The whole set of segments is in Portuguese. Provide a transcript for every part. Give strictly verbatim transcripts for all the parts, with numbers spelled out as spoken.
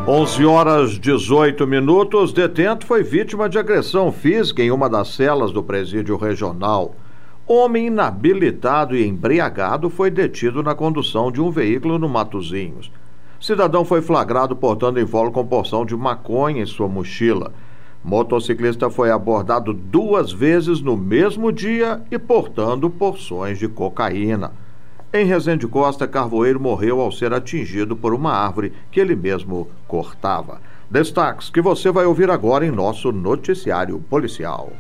onze horas e dezoito minutos, detento foi vítima de agressão física em uma das celas do presídio regional. Homem inabilitado e embriagado foi detido na condução de um veículo no Matozinhos. Cidadão foi flagrado portando invólucro com porção de maconha em sua mochila. Motociclista foi abordado duas vezes no mesmo dia e portando porções de cocaína. Em Resende Costa, carvoeiro morreu ao ser atingido por uma árvore que ele mesmo cortava. Destaques que você vai ouvir agora em nosso noticiário policial.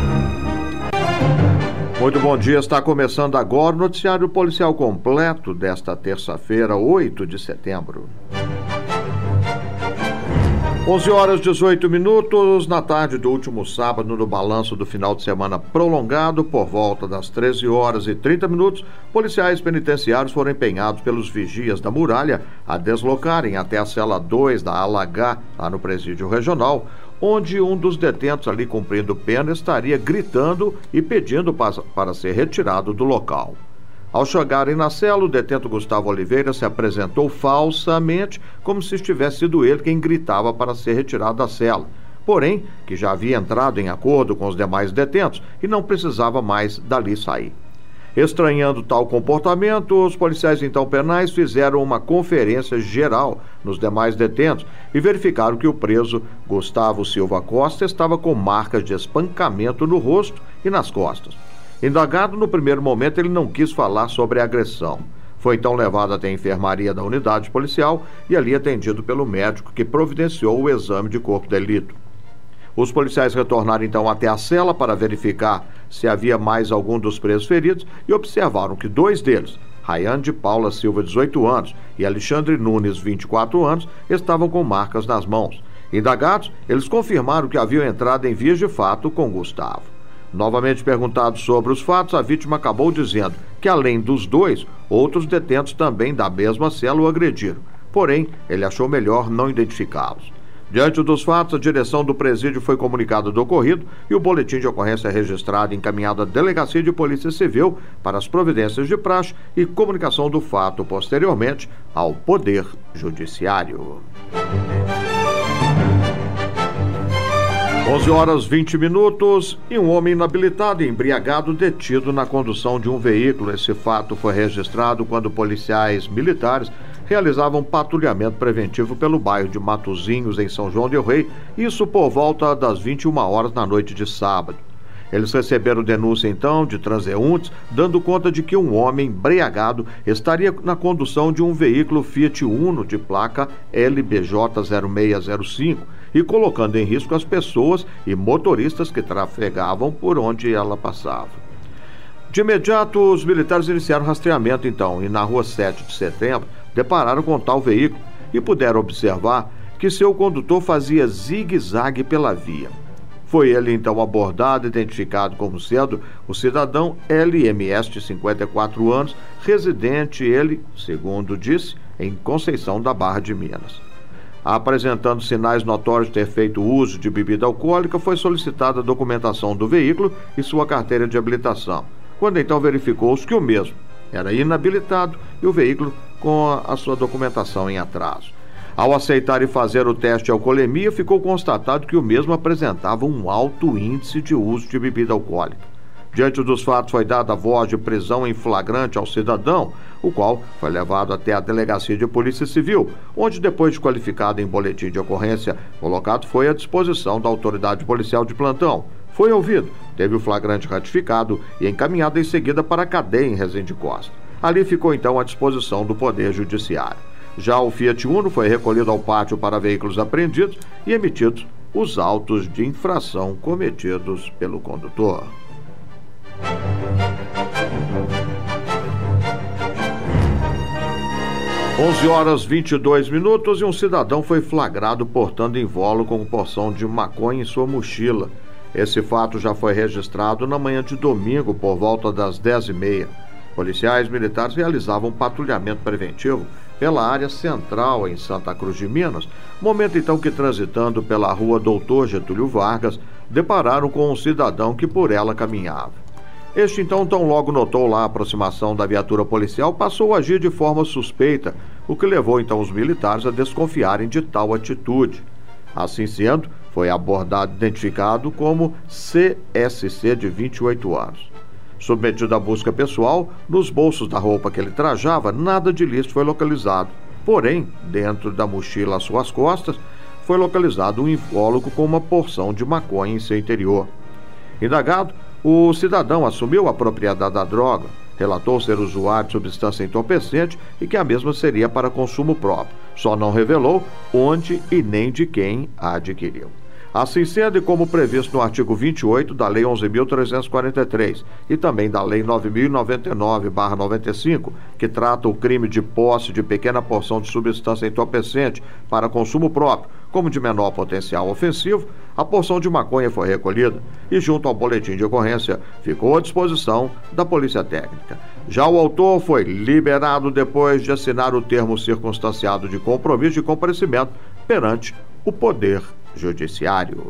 Muito bom dia, está começando agora o noticiário policial completo desta terça-feira, oito de setembro. onze horas e dezoito minutos, na tarde do último sábado, no balanço do final de semana prolongado, por volta das treze horas e trinta minutos, policiais penitenciários foram empenhados pelos vigias da muralha a deslocarem até a cela dois da ala H, lá no presídio regional, onde um dos detentos ali cumprindo pena estaria gritando e pedindo para, para ser retirado do local. Ao chegarem na cela, o detento Gustavo Oliveira se apresentou falsamente, como se tivesse sido ele quem gritava para ser retirado da cela, porém, que já havia entrado em acordo com os demais detentos e não precisava mais dali sair. Estranhando tal comportamento, os policiais então penais fizeram uma conferência geral nos demais detentos e verificaram que o preso Gustavo Silva Costa estava com marcas de espancamento no rosto e nas costas. Indagado, no primeiro momento ele não quis falar sobre a agressão. Foi então levado até a enfermaria da unidade policial e ali atendido pelo médico que providenciou o exame de corpo de delito. Os policiais retornaram então até a cela para verificar se havia mais algum dos presos feridos e observaram que dois deles, Rayane de Paula Silva, dezoito anos, e Alexandre Nunes, vinte e quatro anos, estavam com marcas nas mãos. Indagados, eles confirmaram que haviam entrado em vias de fato com Gustavo. Novamente perguntado sobre os fatos, a vítima acabou dizendo que, além dos dois, outros detentos também da mesma cela o agrediram. Porém, ele achou melhor não identificá-los. Diante dos fatos, a direção do presídio foi comunicada do ocorrido e o boletim de ocorrência é registrado e encaminhado à Delegacia de Polícia Civil para as providências de praxe e comunicação do fato posteriormente ao Poder Judiciário. onze horas e vinte minutos e um homem inabilitado e embriagado detido na condução de um veículo. Esse fato foi registrado quando policiais militares realizavam patrulhamento preventivo pelo bairro de Matozinhos, em São João del Rei, isso por volta das vinte e uma horas na noite de sábado. Eles receberam denúncia então de transeuntes, dando conta de que um homem embriagado estaria na condução de um veículo Fiat Uno de placa L B J zero seis zero cinco e colocando em risco as pessoas e motoristas que trafegavam por onde ela passava. De imediato, os militares iniciaram rastreamento então e na rua sete de setembro depararam com tal veículo e puderam observar que seu condutor fazia zigue-zague pela via. Foi ele então abordado, identificado como sendo o cidadão L M S, de cinquenta e quatro anos, residente ele, segundo disse, em Conceição da Barra de Minas. Apresentando sinais notórios de ter feito uso de bebida alcoólica, foi solicitada a documentação do veículo e sua carteira de habilitação, quando então verificou-se que o mesmo era inabilitado e o veículo com a, a sua documentação em atraso. Ao aceitar e fazer o teste de alcoolemia, ficou constatado que o mesmo apresentava um alto índice de uso de bebida alcoólica. Diante dos fatos, foi dada a voz de prisão em flagrante ao cidadão, o qual foi levado até a Delegacia de Polícia Civil, onde, depois de qualificado em boletim de ocorrência colocado, foi à disposição da autoridade policial de plantão. Foi ouvido, teve o flagrante ratificado e encaminhado em seguida para a cadeia em Resende Costa. Ali ficou então à disposição do Poder Judiciário. Já o Fiat Uno foi recolhido ao pátio para veículos apreendidos e emitidos os autos de infração cometidos pelo condutor. onze horas e vinte e dois minutos e um cidadão foi flagrado portando invólucro com porção de maconha em sua mochila. Esse fato já foi registrado na manhã de domingo por volta das dez e meia. Policiais militares realizavam patrulhamento preventivo pela área central em Santa Cruz de Minas, momento então que, transitando pela rua Doutor Getúlio Vargas, depararam com um cidadão que por ela caminhava. Este então, tão logo notou lá a aproximação da viatura policial, passou a agir de forma suspeita, o que levou então os militares a desconfiarem de tal atitude. Assim sendo, foi abordado e identificado como C S C de vinte e oito anos. Submetido à busca pessoal, nos bolsos da roupa que ele trajava, nada de ilícito foi localizado. Porém, dentro da mochila às suas costas, foi localizado um invólucro com uma porção de maconha em seu interior. Indagado, o cidadão assumiu a propriedade da droga, relatou ser usuário de substância entorpecente e que a mesma seria para consumo próprio. Só não revelou onde e nem de quem a adquiriu. Assim sendo, e como previsto no artigo vinte e oito da Lei onze mil trezentos e quarenta e três e também da Lei nove mil e noventa e nove barra noventa e cinco, que trata o crime de posse de pequena porção de substância entorpecente para consumo próprio, como de menor potencial ofensivo, a porção de maconha foi recolhida e, junto ao boletim de ocorrência, ficou à disposição da Polícia Técnica. Já o autor foi liberado depois de assinar o termo circunstanciado de compromisso de comparecimento perante o Poder Judiciário.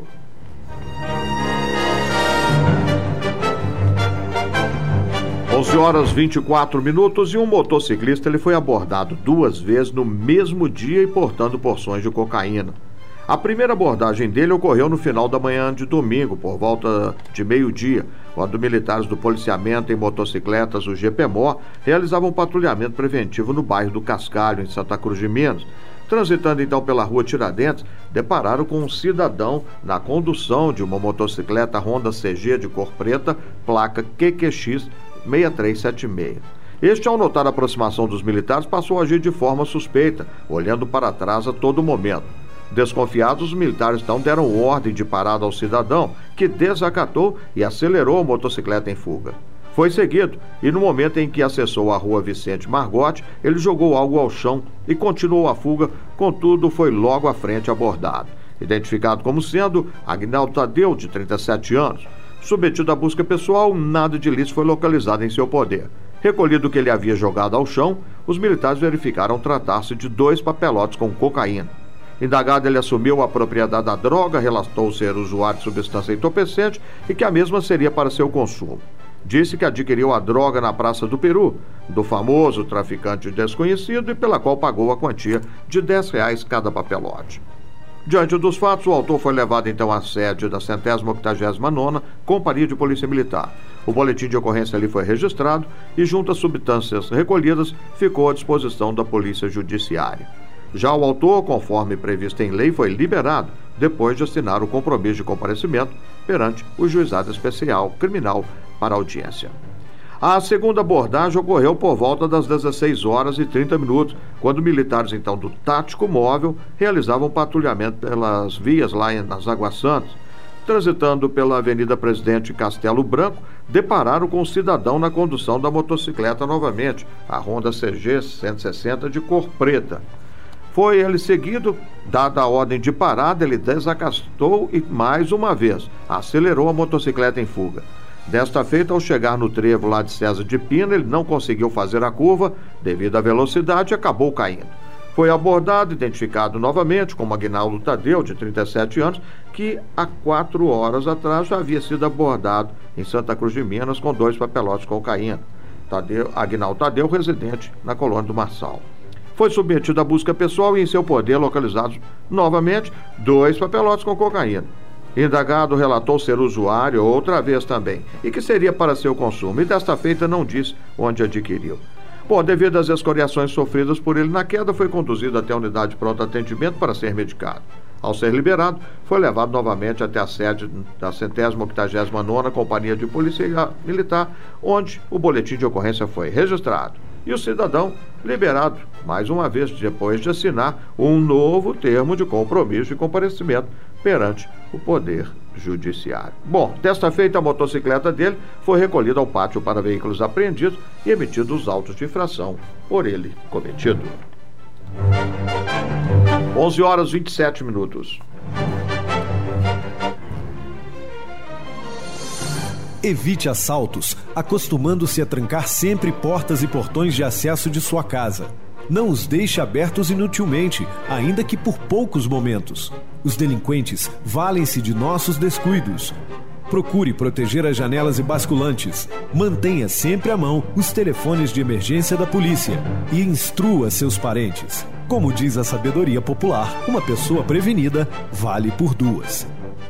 onze horas e vinte e quatro minutos e um motociclista ele foi abordado duas vezes no mesmo dia e portando porções de cocaína. A primeira abordagem dele ocorreu no final da manhã de domingo, por volta de meio-dia, quando militares do policiamento em motocicletas, o G P M O, realizavam um patrulhamento preventivo no bairro do Cascalho, em Santa Cruz de Minas. Transitando então pela rua Tiradentes, depararam com um cidadão na condução de uma motocicleta Honda C G de cor preta, placa Q Q X seis três sete seis. Este, ao notar a aproximação dos militares, passou a agir de forma suspeita, olhando para trás a todo momento. Desconfiados, os militares então deram ordem de parada ao cidadão, que desacatou e acelerou a motocicleta em fuga. Foi seguido e, no momento em que acessou a rua Vicente Margotti, ele jogou algo ao chão e continuou a fuga, contudo foi logo à frente abordado. Identificado como sendo Agnaldo Tadeu, de trinta e sete anos. Submetido à busca pessoal, nada de ilícito foi localizado em seu poder. Recolhido o que ele havia jogado ao chão, os militares verificaram tratar-se de dois papelotes com cocaína. Indagado, ele assumiu a propriedade da droga, relatou ser usuário de substância entorpecente e que a mesma seria para seu consumo. Disse que adquiriu a droga na Praça do Peru, do famoso traficante desconhecido, e pela qual pagou a quantia de dez reais cada papelote. Diante dos fatos, o autor foi levado então à sede da centésima octagésima nona Companhia de Polícia Militar. O boletim de ocorrência ali foi registrado e, junto às substâncias recolhidas, ficou à disposição da Polícia Judiciária. Já o autor, conforme previsto em lei, foi liberado depois de assinar o compromisso de comparecimento perante o Juizado Especial Criminal para audiência. A segunda abordagem ocorreu por volta das dezesseis horas e trinta minutos, quando militares então do Tático Móvel realizavam patrulhamento pelas vias lá nas Águas Santas. Transitando pela Avenida Presidente Castelo Branco, depararam com um cidadão na condução da motocicleta novamente, a Honda C G cento e sessenta de cor preta. Foi ele seguido, dada a ordem de parada, ele desacatou e, mais uma vez, acelerou a motocicleta em fuga. Desta feita, ao chegar no trevo lá de César de Pina, ele não conseguiu fazer a curva devido à velocidade e acabou caindo. Foi abordado, identificado novamente como Agnaldo Tadeu, de trinta e sete anos, que há quatro horas atrás já havia sido abordado em Santa Cruz de Minas com dois papelotes de cocaína. Tadeu, Agnaldo Tadeu, residente na Colônia do Marçal. Foi submetido à busca pessoal e em seu poder localizados novamente dois papelotes com cocaína. Indagado relatou ser usuário outra vez também e que seria para seu consumo, e desta feita não disse onde adquiriu. Bom, devido às escoriações sofridas por ele na queda, foi conduzido até a unidade de pronto atendimento para ser medicado. Ao ser liberado, foi levado novamente até a sede da centésima octagésima nona Companhia de Polícia Militar, onde o boletim de ocorrência foi registrado. E o cidadão liberado, mais uma vez, depois de assinar um novo termo de compromisso de comparecimento perante o Poder Judiciário. Bom, desta feita, a motocicleta dele foi recolhida ao pátio para veículos apreendidos e emitidos os autos de infração por ele cometido. onze horas e vinte e sete minutos. Evite assaltos, acostumando-se a trancar sempre portas e portões de acesso de sua casa. Não os deixe abertos inutilmente, ainda que por poucos momentos. Os delinquentes valem-se de nossos descuidos. Procure proteger as janelas e basculantes. Mantenha sempre à mão os telefones de emergência da polícia e instrua seus parentes. Como diz a sabedoria popular, uma pessoa prevenida vale por duas.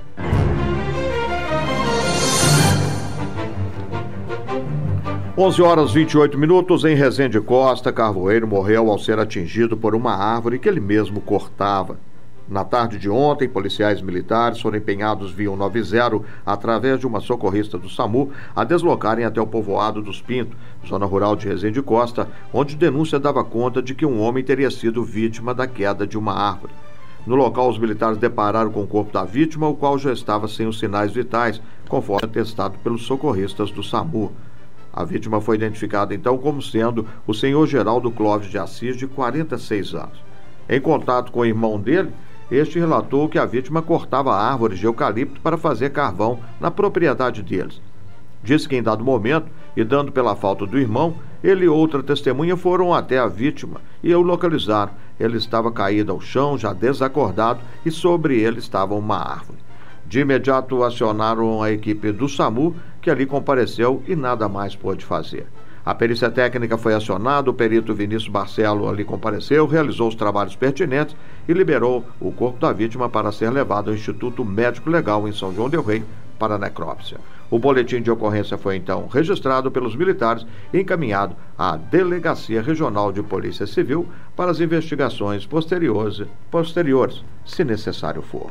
onze horas e vinte e oito minutos, em Resende Costa, carvoeiro morreu ao ser atingido por uma árvore que ele mesmo cortava. Na tarde de ontem, policiais militares foram empenhados via cento e noventa, através de uma socorrista do SAMU, a deslocarem até o povoado dos Pintos, zona rural de Resende Costa, onde denúncia dava conta de que um homem teria sido vítima da queda de uma árvore. No local, os militares depararam com o corpo da vítima, o qual já estava sem os sinais vitais, conforme atestado pelos socorristas do SAMU. A vítima foi identificada então como sendo o senhor Geraldo Clóvis de Assis, de quarenta e seis anos. Em contato com o irmão dele, este relatou que a vítima cortava árvores de eucalipto para fazer carvão na propriedade deles. Disse que em dado momento, e dando pela falta do irmão, ele e outra testemunha foram até a vítima e o localizaram. Ele estava caído ao chão, já desacordado, e sobre ele estava uma árvore. De imediato acionaram a equipe do SAMU, que ali compareceu e nada mais pôde fazer. A perícia técnica foi acionada, o perito Vinícius Barcelo ali compareceu, realizou os trabalhos pertinentes e liberou o corpo da vítima para ser levado ao Instituto Médico Legal em São João del Rei para a necrópsia. O boletim de ocorrência foi então registrado pelos militares e encaminhado à Delegacia Regional de Polícia Civil para as investigações posteriores, posteriores se necessário for.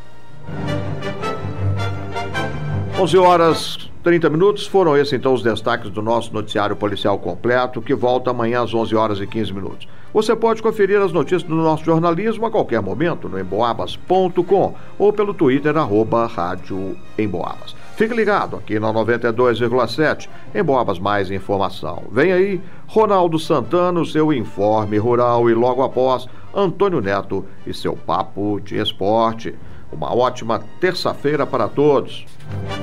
onze horas e trinta minutos, foram esses então os destaques do nosso noticiário policial completo, que volta amanhã às onze horas e quinze minutos. Você pode conferir as notícias do nosso jornalismo a qualquer momento no emboabas ponto com ou pelo Twitter, arroba Rádio Emboabas. Fique ligado aqui na noventa e dois vírgula sete, Emboabas mais informação. Vem aí Ronaldo Santana, o seu informe rural, e logo após Antônio Neto e seu papo de esporte. Uma ótima terça-feira para todos.